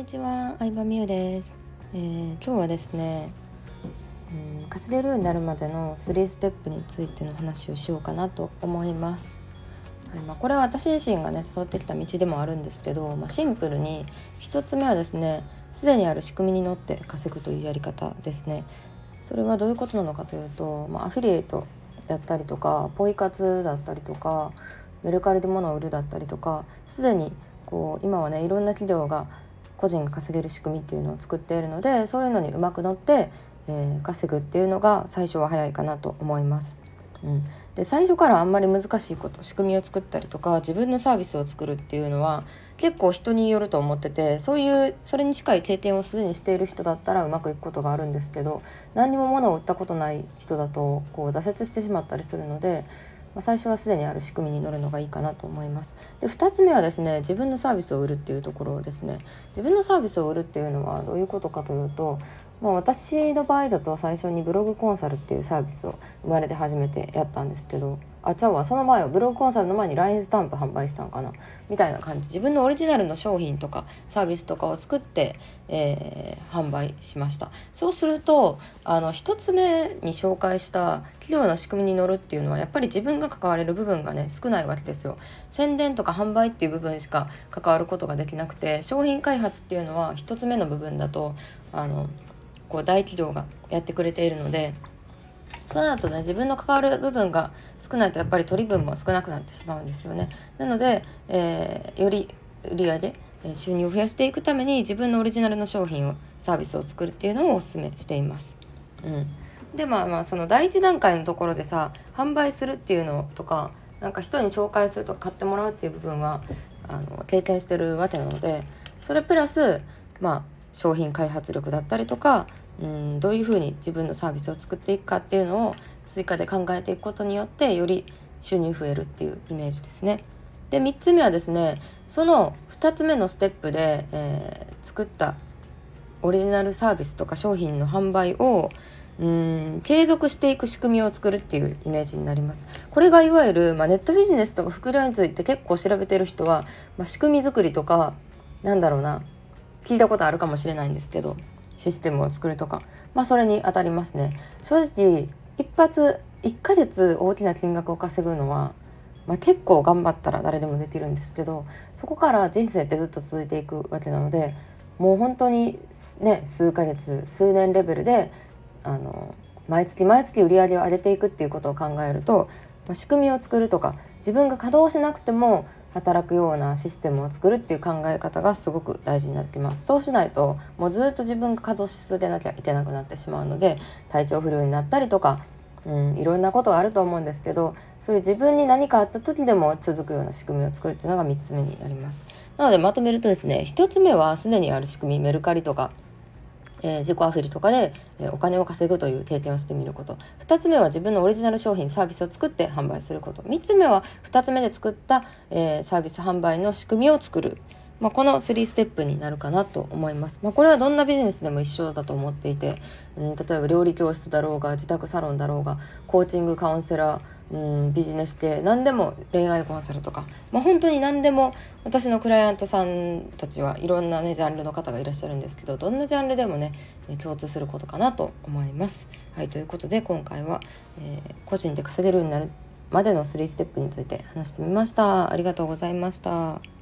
ちは、相葉美優です。今日はですね、稼げるようになるまでの3ステップについての話をしようかなと思います。これは私自身がね辿ってきた道でもあるんですけど、シンプルに1つ目はですね、すでにある仕組みに乗って稼ぐというやり方ですね。それはどういうことなのかというと、アフィリエイトだったりとかポイ活だったりとかメルカリで物を売るだったりとか、すでに今はねいろんな企業が個人が稼げる仕組みっていうのを作っているので、そういうのにうまく乗って、稼ぐっていうのが最初は早いかなと思います。で最初からあんまり難しいこと仕組みを作ったりとか自分のサービスを作るっていうのは結構人によると思ってて、それに近い経験をすでにしている人だったらうまくいくことがあるんですけど、何にも物を売ったことない人だと挫折してしまったりするので、最初はすでにある仕組みに乗るのがいいかなと思います。で2つ目はですね、自分のサービスを売るっていうところですね。自分のサービスを売るっていうのはどういうことかというと、私の場合だと最初にブログコンサルっていうサービスを生まれて初めてやったんですけど、その前はブログコンサルの前に LINE スタンプ販売したんかなみたいな感じ、自分のオリジナルの商品とかサービスとかを作って、販売しました。そうすると一つ目に紹介した企業の仕組みに乗るっていうのはやっぱり自分が関われる部分がね少ないわけですよ。宣伝とか販売っていう部分しか関わることができなくて、商品開発っていうのは一つ目の部分だと大企業がやってくれているので、そうなるとね自分の関わる部分が少ないとやっぱり取り分も少なくなってしまうんですよね。なので、より売り上げ収入を増やしていくために自分のオリジナルの商品をサービスを作るっていうのをお勧めしています。でその第一段階のところでさ、販売するっていうのとかなんか人に紹介するとか買ってもらうっていう部分は経験してるわけなので、それプラス商品開発力だったりとか、どういうふうに自分のサービスを作っていくかっていうのを追加で考えていくことによってより収入増えるっていうイメージですね。で3つ目はですね、その2つ目のステップで、作ったオリジナルサービスとか商品の販売を継続していく仕組みを作るっていうイメージになります。これがいわゆる、ネットビジネスとか副業について結構調べてる人は、仕組み作りとか聞いたことあるかもしれないんですけど、システムを作るとか、それに当たりますね。正直一発1ヶ月大きな金額を稼ぐのは、結構頑張ったら誰でもできるんですけど、そこから人生ってずっと続いていくわけなので、もう本当にね数ヶ月数年レベルで毎月毎月売り上げを上げていくっていうことを考えると、仕組みを作るとか自分が稼働しなくても働くようなシステムを作るっていう考え方がすごく大事になってきます。そうしないともうずっと自分が稼働し続けなきゃいけなくなってしまうので、体調不良になったりとか、いろんなことがあると思うんですけど、そういう自分に何かあった時でも続くような仕組みを作るっていうのが3つ目になります。なのでまとめるとですね、1つ目はすでにある仕組み、メルカリとか自己アフィリとかで、お金を稼ぐという経験をしてみること。2つ目は自分のオリジナル商品サービスを作って販売すること。3つ目は2つ目で作った、サービス販売の仕組みを作る。この3ステップになるかなと思います。これはどんなビジネスでも一緒だと思っていて、例えば料理教室だろうが自宅サロンだろうがコーチングカウンセラー、ビジネス系何でも、恋愛コンサルとか、本当に何でも、私のクライアントさんたちはいろんなねジャンルの方がいらっしゃるんですけど、どんなジャンルでもね共通することかなと思います。ということで今回は、個人で稼げるようになるまでの3ステップについて話してみました。ありがとうございました。